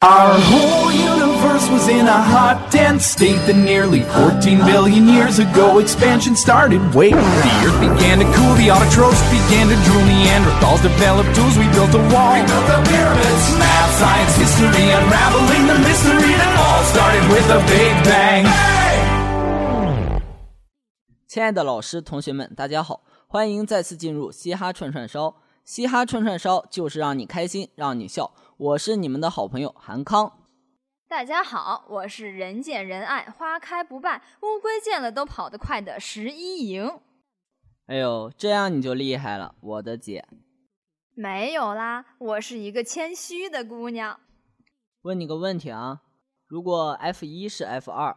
Our whole universe was in a hot, dense state that nearly 14 billion years ago expansion started. Wait, the earth began to cool, the autotrophs began to drool, Neanderthals developed tools, we built a wall. We built the pyramids. Math, science, history, unraveling the mystery that all started with a big bang. Hey! 亲爱的老师同学们大家好，欢迎再次进入嘻哈串串烧。嘻哈串串烧就是让你开心让你笑，我是你们的好朋友韩康。 大家好，我是人见人爱花开不败乌龟见了都跑得快的11营。 哎呦，这样你就厉害了，我的姐。 没有啦，我是一个谦虚的姑娘。 问你个问题啊，如果 F1 是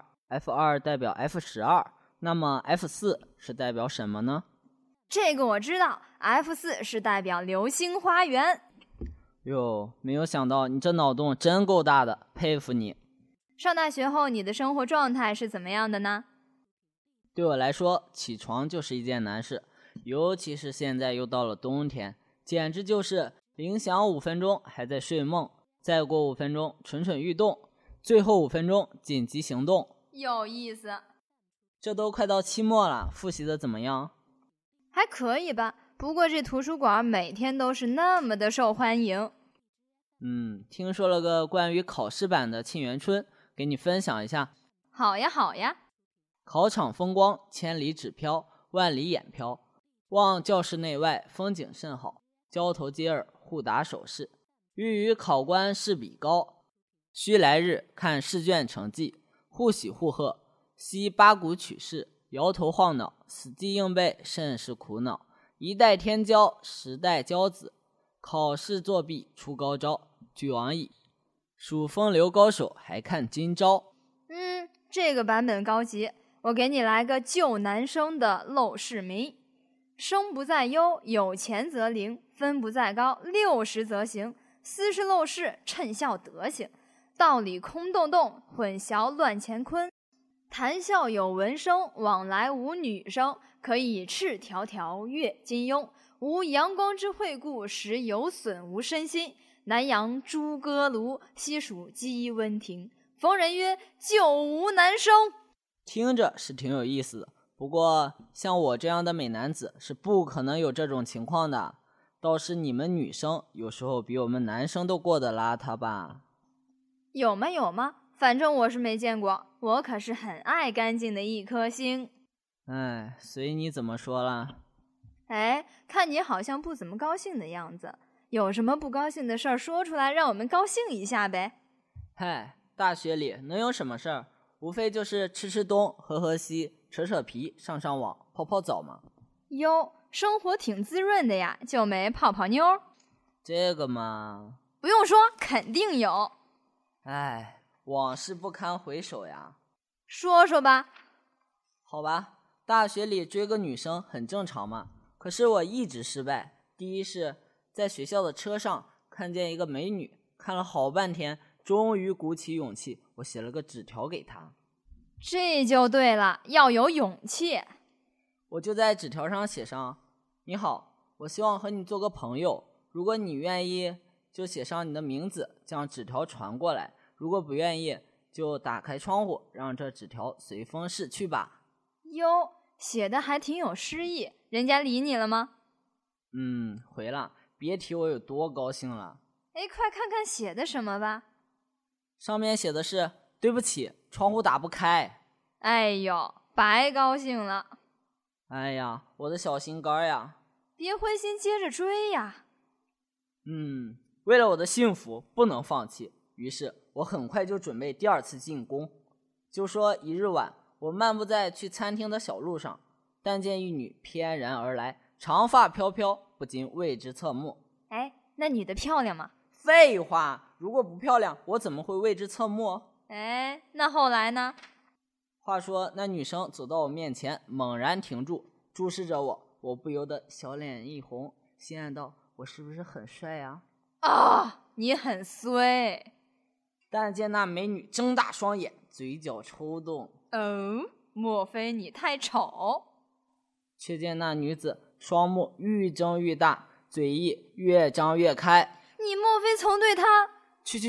F2 代表 F12， 那么 F4 是代表什么呢？ 这个我知道， F4 是代表流星花园。 哟，没有想到你这脑洞真够大的，佩服你。 上大学后你的生活状态是怎么样的呢？ 对我来说，起床就是一件难事，尤其是现在又到了冬天，简直就是铃响5分钟还在睡梦，再过5分钟蠢蠢欲动，最后5分钟紧急行动。 有意思。 这都快到期末了，复习的怎么样？ 还可以吧，不过这图书馆每天都是那么的受欢迎。 听说了个关于考试版的沁园春，给你分享一下。 好呀好呀。 考场风光千里纸飘，万里眼飘，望教室内外风景甚好，交头接耳互打手势，欲与考官试比高，须来日看试卷成绩，互喜互贺，悉八股取士，摇头晃脑，死记硬背甚是苦恼，一代天骄十代骄子，考试作弊出高招，俱往矣，数风流高手还看今朝。 这个版本高级，我给你来个旧男生的陋室铭。生不在忧，有钱则灵；分不在高，60则行。斯是陋室，趁笑德行。道理空洞洞，混淆乱乾坤。谈笑有文声，往来无女生。可以赤条条阅金庸，无阳光之惠顾，实有损无身心。南阳诸葛庐，西蜀鸡温亭。逢人曰：就无男生。 听着是挺有意思的，不过像我这样的美男子是不可能有这种情况的。倒是你们女生有时候比我们男生都过得邋遢吧？ 有吗有吗？反正我是没见过，我可是很爱干净的一颗星。 随你怎么说了。 看你好像不怎么高兴的样子，有什么不高兴的事儿说出来，让我们高兴一下呗。 大学里能有什么事儿？无非就是吃吃东，喝喝西，扯扯皮，上上网，泡泡澡嘛。 哟，生活挺滋润的呀，就没泡泡妞？ 这个嘛， 不用说，肯定有。 往事不堪回首呀。 说说吧。 好吧，大学里追个女生很正常嘛，可是我一直失败。第一是在学校的车上看见一个美女，看了好半天，终于鼓起勇气，我写了个纸条给她。 这就对了，要有勇气。 我就在纸条上写上：你好，我希望和你做个朋友，如果你愿意就写上你的名字，将纸条传过来，如果不愿意就打开窗户，让这纸条随风逝去吧。 哟，写的还挺有诗意，人家理你了吗？ 回了，别提我有多高兴了。 快看看写的什么吧。 上面写的是：对不起，窗户打不开。 哎呦，白高兴了。 哎呀，我的小心肝呀。 别灰心，接着追呀。 为了我的幸福不能放弃，于是我很快就准备第二次进攻。就说一日晚，我漫步在去餐厅的小路上，但见一女翩然而来，长发飘飘，不禁为之侧目。 那女的漂亮吗？ 废话，如果不漂亮，我怎么会为之侧目？ 那后来呢？ 话说那女生走到我面前，猛然停住，注视着我，我不由得小脸一红，心暗道：我是不是很帅啊？ 你很衰。 但见那美女睁大双眼，嘴角抽动。 莫非你太丑？ 却见那女子双目愈睁愈大，嘴翼越张越开。 你莫非曾对她…… 去，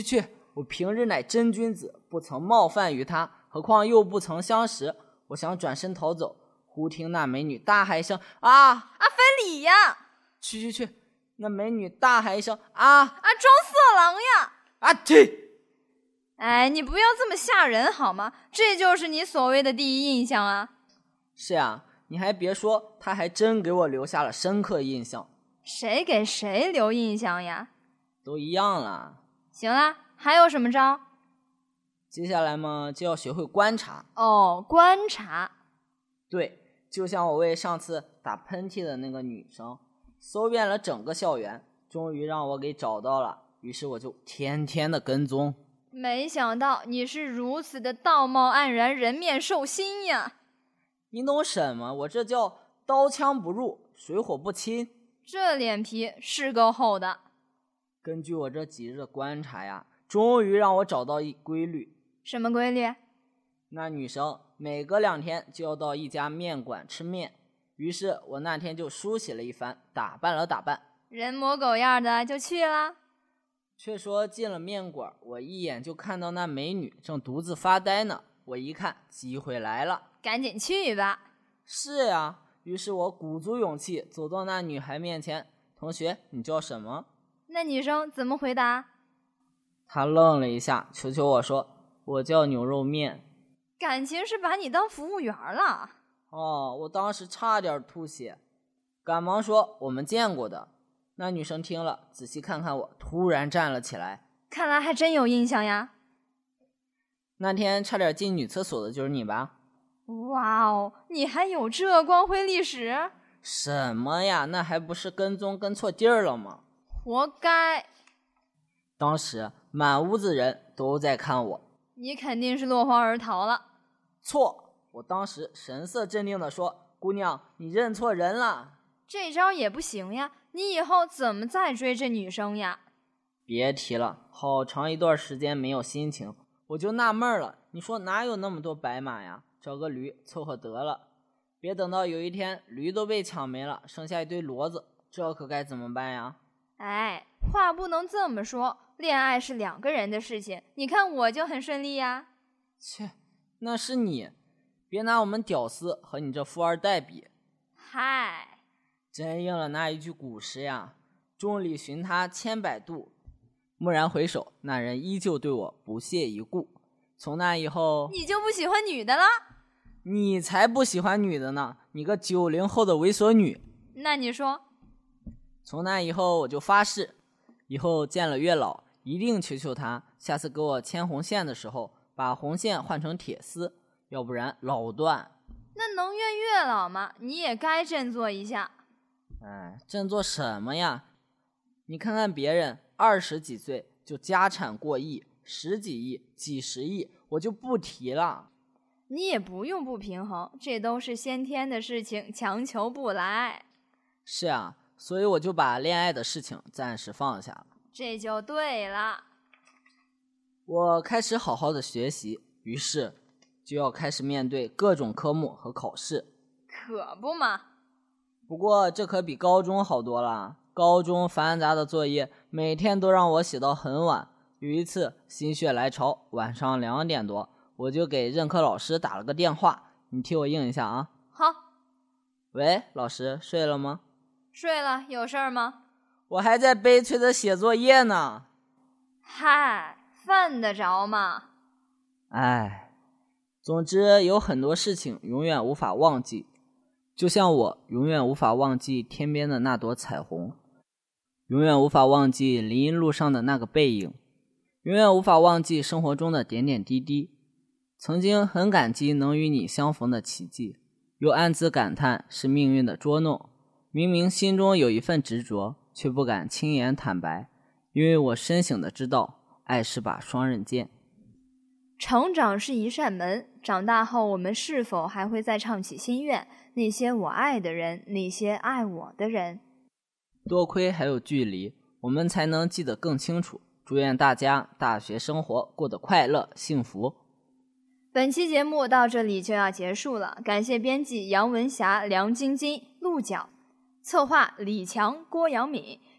我平日乃真君子，不曾冒犯于他，何况又不曾相识。我想转身逃走，忽听那美女大喊一声啊！ 非礼呀！ 去！那美女大喊一声啊！ 装色狼呀！ 去！ 哎，你不要这么吓人好吗？这就是你所谓的第一印象啊！ 是呀，你还别说，他还真给我留下了深刻印象。 谁给谁留印象呀？ 都一样啦。 行啦，还有什么招？ 接下来嘛，就要学会观察。 观察。 对，就像我为上次打喷嚏的那个女生，搜遍了整个校园，终于让我给找到了。于是我就天天的跟踪。 没想到你是如此的道貌岸然，人面兽心呀！ 你懂什么？我这叫刀枪不入，水火不侵。 这脸皮是够厚的。 根据我这几日的观察呀，终于让我找到一规律。 什么规律？ 那女生每隔2天就要到一家面馆吃面，于是我那天就梳洗了一番，打扮了打扮， 人模狗样的就去了。 却说进了面馆，我一眼就看到那美女正独自发呆呢。我一看，机会来了， 赶紧去吧。 是呀，于是我鼓足勇气走到那女孩面前。同学，你叫什么？ 那女生怎么回答？ 她愣了一下，求求我说，我叫牛肉面。 感情是把你当服务员了。 我当时差点吐血，赶忙说我们见过的。那女生听了，仔细看看我，突然站了起来。 看来还真有印象呀。 那天差点进女厕所的就是你吧？ 哇哦，你还有这光辉历史？ 什么呀，那还不是跟踪跟错地儿了吗？ 活该。 当时满屋子人都在看我。 你肯定是落荒而逃了。 错，我当时神色镇定地说，姑娘，你认错人了。 这招也不行呀，你以后怎么再追这女生呀？ 别提了，好长一段时间没有心情，我就纳闷了，你说哪有那么多白马呀？找个驴凑合得了，别等到有一天驴都被抢没了，剩下一堆骡子，这可该怎么办呀？ 哎，话不能这么说，恋爱是2个人的事情，你看我就很顺利呀。 切，那是你，别拿我们屌丝和你这富二代比。 嗨， 真应了那一句古诗呀，众里寻他千百度，蓦然回首，那人依旧对我不屑一顾。从那以后， 你就不喜欢女的了？ 你才不喜欢女的呢，你个90后的猥琐女。 那你说？ 从那以后我就发誓，以后见了月老一定求求他，下次给我牵红线的时候把红线换成铁丝，要不然老断。 那能怨月老吗？你也该振作一下。 哎，振作什么呀？你看看别人20几岁就家产过亿，10几亿、几十亿，我就不提了。 你也不用不平衡，这都是先天的事情，强求不来。 是啊，所以我就把恋爱的事情暂时放下了。 这就对了。 我开始好好的学习，于是就要开始面对各种科目和考试。 可不嘛。 不过这可比高中好多了。高中繁杂的作业每天都让我写到很晚，有一次心血来潮，晚上2点多，我就给任课老师打了个电话，你替我应一下啊。 好。 喂，老师，睡了吗？ 睡了，有事儿吗？ 我还在悲催的写作业呢。 嗨，犯得着吗？ 哎，总之有很多事情永远无法忘记，就像我永远无法忘记天边的那朵彩虹，永远无法忘记林荫路上的那个背影，永远无法忘记生活中的点点滴滴。曾经很感激能与你相逢的奇迹，又暗自感叹是命运的捉弄。明明心中有一份执着，却不敢轻言坦白，因为我深省的知道，爱是把双刃剑。 成长是一扇门，长大后我们是否还会再唱起心愿？那些我爱的人，那些爱我的人。 多亏还有距离，我们才能记得更清楚。祝愿大家大学生活过得快乐幸福。 本期节目到这里就要结束了，感谢编辑杨文霞、梁晶晶、鹿角，策划李强、郭阳敏，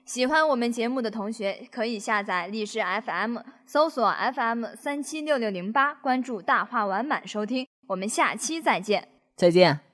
喜欢我们节目的同学可以下载荔枝 FM， 搜索 FM376608，关注大话晚满收听。我们下期再见。 再见。